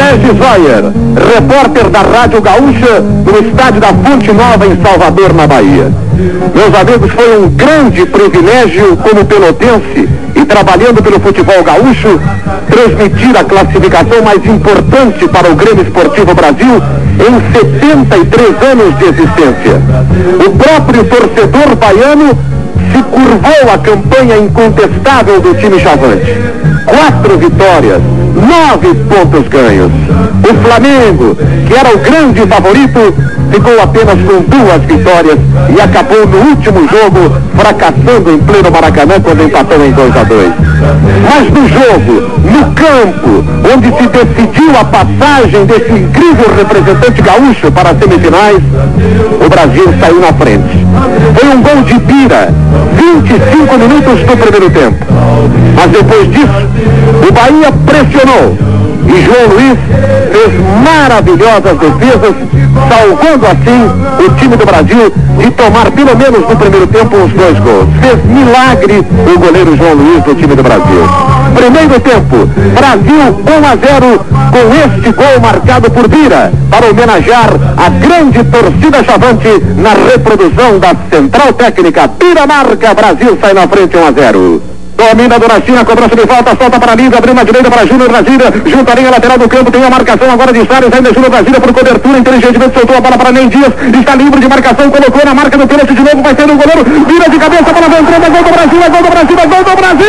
Regis Royer, repórter da Rádio Gaúcha, do estádio da Fonte Nova, em Salvador, na Bahia. Meus amigos, foi um grande privilégio, como pelotense e trabalhando pelo futebol gaúcho, transmitir a classificação mais importante para o Grêmio Esportivo Brasil em 73 anos de existência. O próprio torcedor baiano se curvou à campanha incontestável do time chavante. 4 vitórias, 9 pontos ganhos. O Flamengo, que era o grande favorito, ficou apenas com 2 vitórias e acabou no último jogo fracassando em pleno Maracanã quando empatou em 2-2. Mas no jogo, no campo, onde se decidiu a passagem desse incrível representante gaúcho para as semifinais, o Brasil saiu na frente. Foi um gol de Bira, 25 minutos do primeiro tempo. Mas depois disso, o Bahia pressionou e João Luiz fez maravilhosas defesas, salvando assim o time do Brasil de tomar pelo menos no primeiro tempo uns 2 gols. Fez milagre o goleiro João Luiz do time do Brasil. Primeiro tempo, Brasil 1-0 com este gol marcado por Bira, para homenagear a grande torcida chavante na reprodução da central técnica. Bira marca, Brasil sai na frente 1-0. Domina Doracina, cobrança de falta, solta para Lívia, abriu na direita para Júnior Brasília, junto à linha lateral do campo, tem a marcação agora de Salles, ainda Júnior Brasília por cobertura, inteligentemente soltou a bola para Ney Dias, está livre de marcação, colocou na marca do pênalti de novo, vai ser o goleiro, vira de cabeça, a bola vai entrando, é gol do Brasil, é gol do Brasil, é gol do Brasil!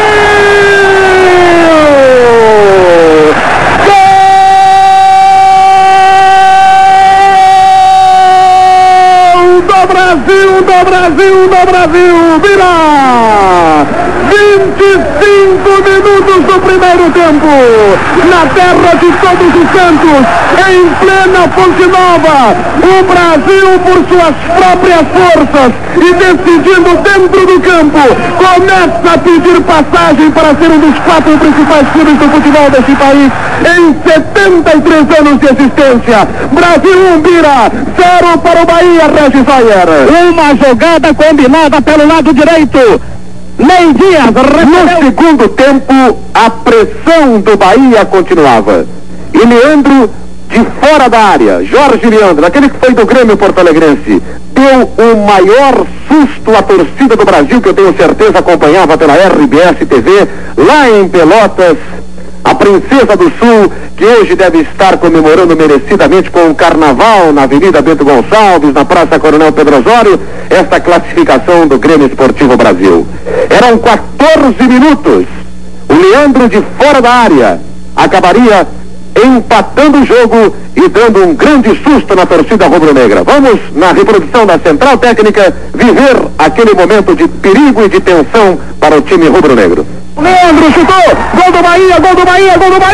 Do Brasil, vira! 25 minutos do primeiro tempo, na terra de Todos os Santos, em plena Fonte Nova, o Brasil, por suas próprias forças e decidindo dentro do campo, começa a pedir passagem para ser um dos 4 principais clubes do futebol desse país em 73 anos de existência. Brasil 1, Bira, 0 para o Bahia, Regis Royer. Uma jogada combinada pelo lado direito. Ney Dias no segundo tempo, a pressão do Bahia continuava. E Leandro, de fora da área, Jorge Leandro, aquele que foi do Grêmio Porto-Alegrense, deu o maior susto à torcida do Brasil, que eu tenho certeza acompanhava pela RBS TV, lá em Pelotas. A Princesa do Sul, que hoje deve estar comemorando merecidamente com um carnaval na Avenida Bento Gonçalves, na Praça Coronel Pedro Osório, esta classificação do Grêmio Esportivo Brasil. Eram 14 minutos. O Leandro, de fora da área, acabaria empatando o jogo e dando um grande susto na torcida rubro-negra. Vamos, na reprodução da central técnica, viver aquele momento de perigo e de tensão para o time rubro-negro. Leandro chutou, gol do Bahia, gol do Bahia, gol do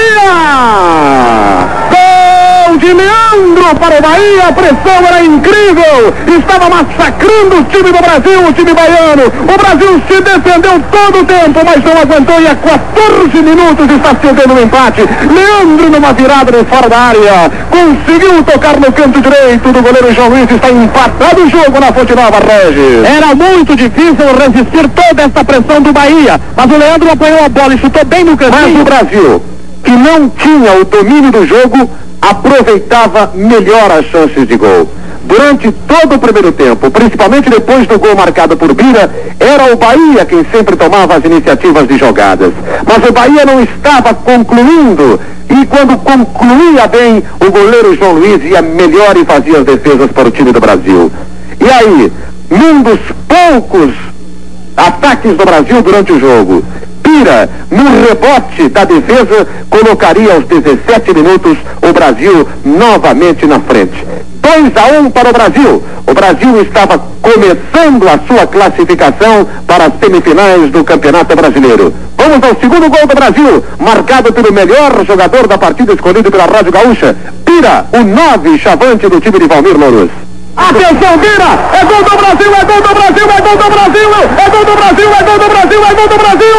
Bahia! Gol de Leandro para o Bahia, a pressão era incrível, estava massacrando o time do Brasil, o time baiano. O Brasil se defendeu todo o tempo, mas não aguentou e a 14 minutos está cedendo o empate. Leandro, numa virada de fora da área, conseguiu tocar no canto direito do goleiro João Luiz, está empatado o jogo na Fonte Nova, Regis. Era muito difícil resistir toda essa pressão do Bahia, mas o Leandro apanhou a bola e chutou bem no cantinho. Mas o Brasil, que não tinha o domínio do jogo, aproveitava melhor as chances de gol. Durante todo o primeiro tempo, principalmente depois do gol marcado por Bira, era o Bahia quem sempre tomava as iniciativas de jogadas. Mas o Bahia não estava concluindo, e quando concluía bem, o goleiro João Luiz ia melhor e fazia as defesas para o time do Brasil. E aí, num dos poucos ataques do Brasil durante o jogo, Bira, no rebote da defesa, colocaria aos 17 minutos o Brasil novamente na frente. 2-1 para o Brasil. O Brasil estava começando a sua classificação para as semifinais do Campeonato Brasileiro. Vamos ao segundo gol do Brasil, marcado pelo melhor jogador da partida escolhido pela Rádio Gaúcha, Bira, o 9 chavante do time de Valmir Louros. Atenção, Bira! É gol do Brasil, é gol do Brasil, é gol do Brasil, é gol do Brasil, é gol do Brasil, é gol do Brasil!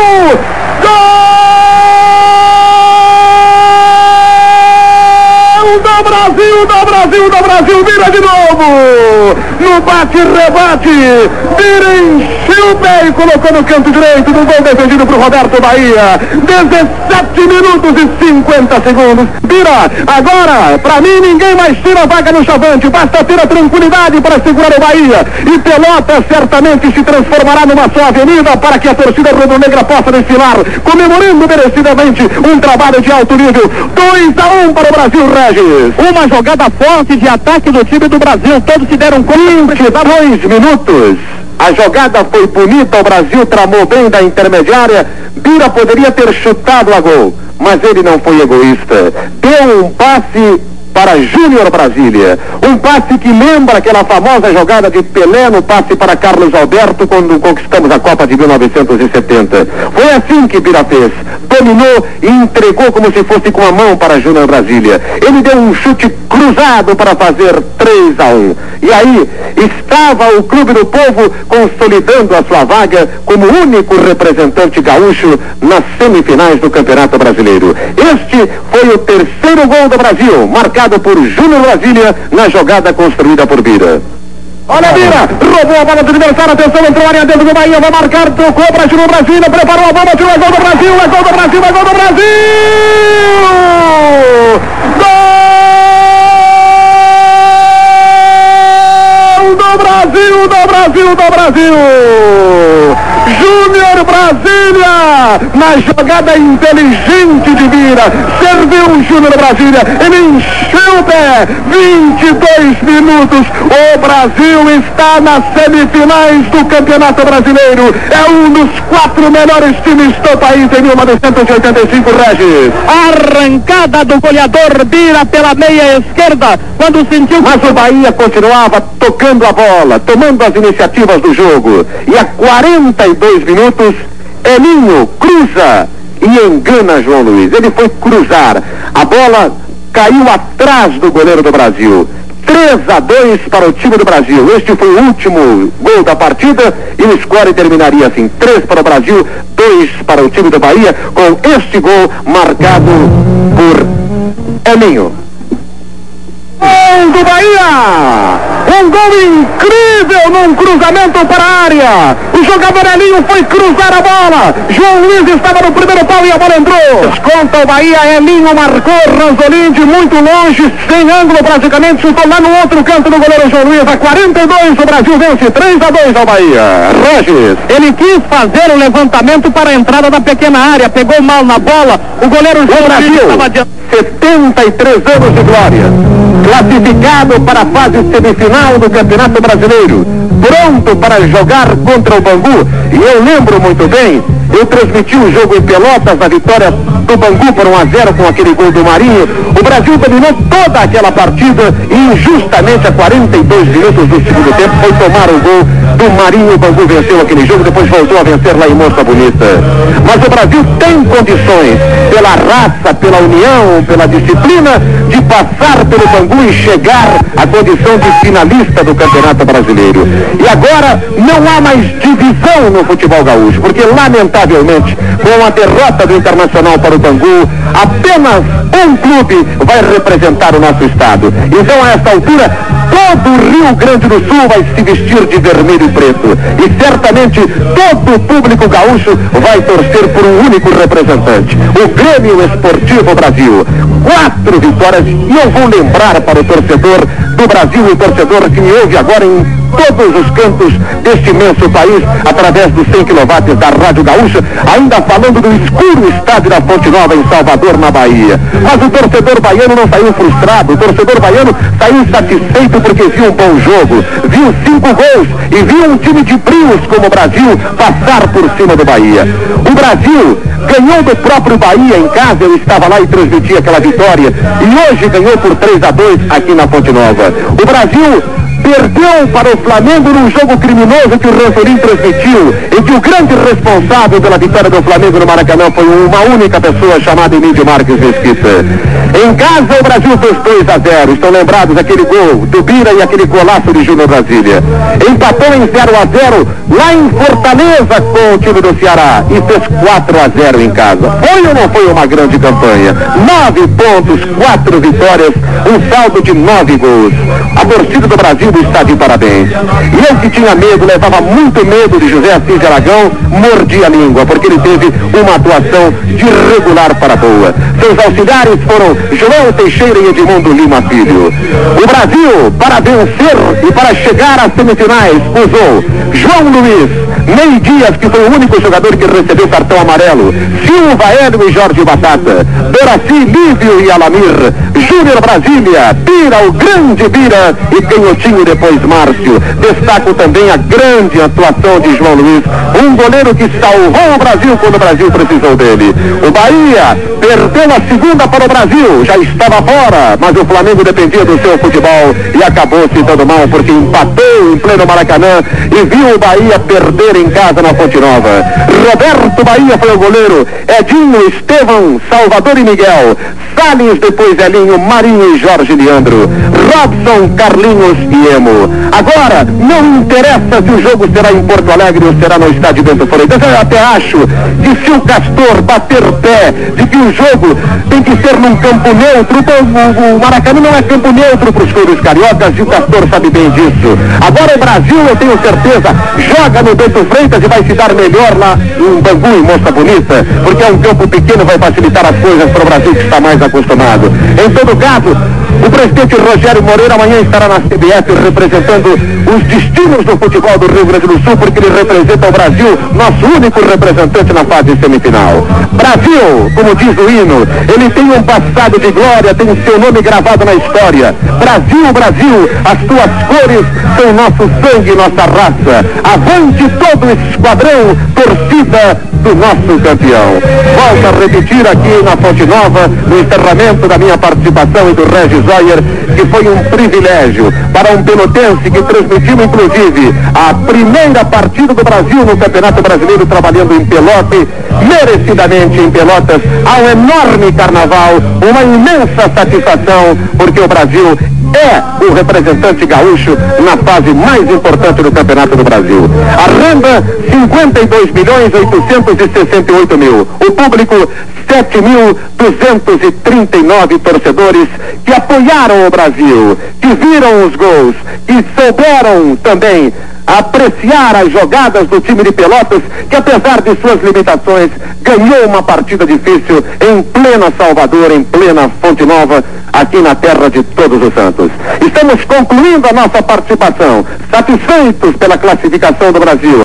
Gol do Brasil do Brasil, Bira de novo! No bate-rebate, Bira encheu o pé e colocou no canto direito do gol defendido por Roberto Bahia. 17 minutos e 50 segundos. Bira, agora, pra mim, ninguém mais tira a vaga no Chavante. Basta ter a tranquilidade para segurar o Bahia. E Pelotas certamente se transformará numa só avenida para que a torcida rubro-negra possa desfilar, comemorando merecidamente um trabalho de alto nível. 2-1 para o Brasil, Regis. Uma jogada forte de ataque do time do Brasil. Todos se deram conta. 22 minutos. A jogada foi bonita, o Brasil tramou bem da intermediária. Bira poderia ter chutado a gol, mas ele não foi egoísta. Deu um passe para Júnior Brasília. Um passe que lembra aquela famosa jogada de Pelé no passe para Carlos Alberto quando conquistamos a Copa de 1970. Foi assim que Bira fez. Dominou e entregou como se fosse com a mão para Júnior Brasília. Ele deu um chute cruzado para fazer 3-1. E aí estava o Clube do Povo consolidando a sua vaga como único representante gaúcho nas semifinais do Campeonato Brasileiro. Este foi o terceiro gol do Brasil, marcado por Júnior Brasília na jogada construída por Bira. Olha Bira, roubou a bola do adversário, atenção, entrou área dentro do Bahia, vai marcar, tocou para Júnior Brasília, preparou a bola, tirou, é gol do Brasil, é gol do Brasil, é gol do Brasil! Gol do Brasil, do Brasil, do Brasil! Júnior Brasília, na jogada inteligente de Bira, serviu o Júnior Brasília, ele encheu o pé, 22 minutos, o Brasil está nas semifinais do Campeonato Brasileiro, é um dos 4 melhores times do país em 1985, Regis. Arrancada do goleador Bira pela meia esquerda, quando sentiu... Mas o Bahia continuava tocando a bola, tomando as iniciativas do jogo, e a 42 minutos, Elinho cruza e engana João Luiz. Ele foi cruzar, a bola caiu atrás do goleiro do Brasil. 3-2 para o time do Brasil. Este foi o último gol da partida e o score terminaria assim: 3 para o Brasil, 2 para o time do Bahia, com este gol marcado por Elinho. Gol do Bahia! Um gol incrível num cruzamento para a área. O jogador Elinho foi cruzar a bola. João Luiz estava no primeiro pau e a bola entrou. Desconta o Bahia, Elinho marcou, Ranzolin de muito longe, sem ângulo praticamente, chutou lá no outro canto do goleiro João Luiz. A 42 o Brasil vence 3-2 ao Bahia. Regis. Ele quis fazer o levantamento para a entrada da pequena área, pegou mal na bola, o goleiro João Luiz estava adiante. 73 anos de glória, classificado para a fase semifinal do Campeonato Brasileiro, pronto para jogar contra o Bangu. E eu lembro muito bem, eu transmiti o jogo em Pelotas, a vitória do Bangu por 1-0 com aquele gol do Marinho. O Brasil dominou toda aquela partida e injustamente a 42 minutos do segundo tempo foi tomar o gol do Marinho. O Bangu venceu aquele jogo, depois voltou a vencer lá em Moça Bonita. Mas o Brasil tem condições, pela raça, pela união, pela disciplina, de passar pelo Bangu e chegar à condição de finalista do Campeonato Brasileiro. E agora não há mais divisão no futebol gaúcho, porque lamentavelmente, com a derrota do Internacional para o Bangu, apenas um clube vai representar o nosso estado. Então, a esta altura, todo o Rio Grande do Sul vai se vestir de vermelho e preto. E certamente todo o público gaúcho vai torcer por um único representante, o Grêmio Esportivo Brasil. 4 vitórias, e eu vou lembrar para o torcedor do Brasil, o torcedor que me ouve agora em todos os cantos deste imenso país, através dos 100 kW da Rádio Gaúcha, ainda falando do escuro estádio da Fonte Nova em Salvador, na Bahia. Mas o torcedor baiano não saiu frustrado, o torcedor baiano saiu satisfeito porque viu um bom jogo, viu 5 gols e viu um time de brios como o Brasil passar por cima do Bahia. O Brasil ganhou do próprio Bahia em casa, eu estava lá e transmiti aquela vitória, e hoje ganhou por 3-2 aqui na Fonte Nova. O Brasil perdeu para o Flamengo num jogo criminoso que o Ransolim transmitiu, e que o grande responsável pela vitória do Flamengo no Maracanã foi uma única pessoa chamada Emílio Marques Mesquita. Em casa o Brasil fez 2-0, estão lembrados aquele gol do Bira e aquele golaço de Júnior Brasília. Empatou em 0-0 lá em Fortaleza com o time do Ceará e fez 4-0 em casa. Foi ou não foi uma grande campanha? 9 pontos, 4 vitórias, um saldo de 9 gols. A torcida do Brasil está de parabéns. E eu que tinha medo, levava muito medo de José Assis de Aragão, mordia a língua, porque ele teve uma atuação de regular para boa. Seus auxiliares foram João Teixeira e Edmundo Lima Filho. O Brasil, para vencer e para chegar às semifinais, usou João Luiz, Ney Dias, que foi o único jogador que recebeu cartão amarelo, Silva, Hélio e Jorge Batata, Doraci, Lívio e Alamir, Júnior Brasília, Bira, o grande Bira, e Canhotinho depois Márcio. Destaco também a grande atuação de João Luiz, um goleiro que salvou o Brasil quando o Brasil precisou dele. O Bahia perdeu a segunda para o Brasil, já estava fora, mas o Flamengo dependia do seu futebol e acabou se dando mal, porque empatou em pleno Maracanã e viu o Bahia perder em casa na Fonte Nova. Roberto Bahia foi o goleiro, Edinho, Estevão, Salvador e Miguel, Salles, depois Elinho, Marinho e Jorge Leandro, Robson, Carlinhos e Emo. Agora, não interessa se o jogo será em Porto Alegre ou será no estádio Bento Freitas. Eu até acho que se o Castor bater pé de que o jogo tem que ser num campo neutro, o Maracanã não é campo neutro para os clubes cariocas, e o Castor sabe bem disso. Agora o Brasil, eu tenho certeza, joga no Bento Freitas e vai se dar melhor lá em Bangu, em Moça Bonita, porque é um campo pequeno, vai facilitar as coisas para o Brasil, que está mais acostumado. Em todo caso, o presidente Rogério Moreira amanhã estará na CBF representando os destinos do futebol do Rio Grande do Sul, porque ele representa o Brasil, nosso único representante na fase semifinal. Brasil, como diz o hino, ele tem um passado de glória, tem o seu nome gravado na história. Brasil, Brasil, as tuas cores são nosso sangue, nossa raça. Avante todo esse esquadrão, torcida do nosso campeão. Volto a repetir aqui na Fonte Nova, no encerramento da minha participação e do Regis Zoyer, que foi um privilégio para um pelotense que transmitiu inclusive a primeira partida do Brasil no Campeonato Brasileiro, trabalhando em Pelotas, merecidamente em Pelotas, há um enorme carnaval, uma imensa satisfação, porque o Brasil é o representante gaúcho na fase mais importante do Campeonato do Brasil. A renda, 52.868.000. O público, 7.239 torcedores que apoiaram o Brasil, que viram os gols, que souberam também apreciar as jogadas do time de Pelotas, que apesar de suas limitações, ganhou uma partida difícil em plena Salvador, em plena Fonte Nova, aqui na terra de Todos os Santos. Estamos concluindo a nossa participação, satisfeitos pela classificação do Brasil.